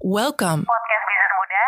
Welcome. Podcast Bisnis Muda.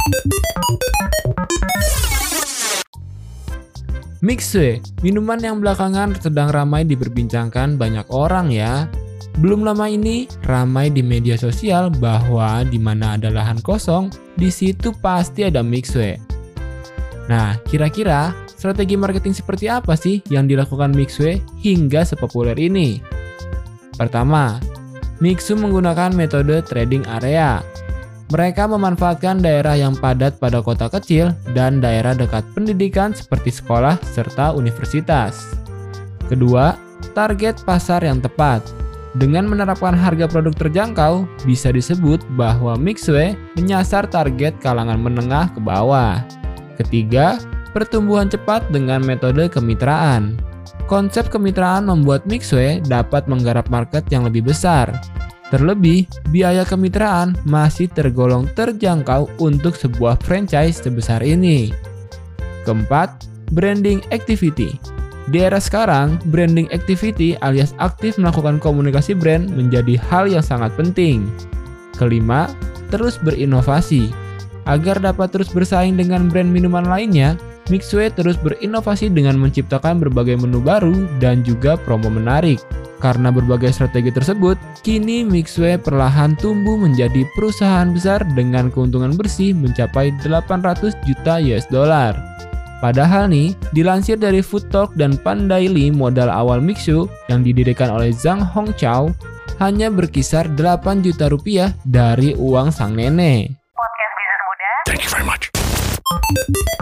Mixue, minuman yang belakangan sedang ramai diperbincangkan banyak orang ya. Belum lama ini ramai di media sosial bahwa di mana ada lahan kosong, di situ pasti ada Mixue. Nah, kira-kira strategi marketing seperti apa sih yang dilakukan Mixue hingga sepopuler ini? Pertama, Mixue menggunakan metode trading area. Mereka memanfaatkan daerah yang padat pada kota kecil dan daerah dekat pendidikan seperti sekolah serta universitas. Kedua, target pasar yang tepat. Dengan menerapkan harga produk terjangkau, bisa disebut bahwa Mixue menyasar target kalangan menengah ke bawah. Ketiga, pertumbuhan cepat dengan metode kemitraan. Konsep kemitraan membuat Mixue dapat menggarap market yang lebih besar. Terlebih, biaya kemitraan masih tergolong terjangkau untuk sebuah franchise sebesar ini. Keempat, branding activity. Di era sekarang, branding activity alias aktif melakukan komunikasi brand menjadi hal yang sangat penting. Kelima, terus berinovasi. Agar dapat terus bersaing dengan brand minuman lainnya, Mixue terus berinovasi dengan menciptakan berbagai menu baru dan juga promo menarik. Karena berbagai strategi tersebut, kini Mixue perlahan tumbuh menjadi perusahaan besar dengan keuntungan bersih mencapai 800 juta US dollar. Padahal nih, dilansir dari Food Talk dan Pandaily, modal awal Mixue yang didirikan oleh Zhang Hongchao hanya berkisar 8 juta rupiah dari uang sang nenek. Podcast Bisnis Muda.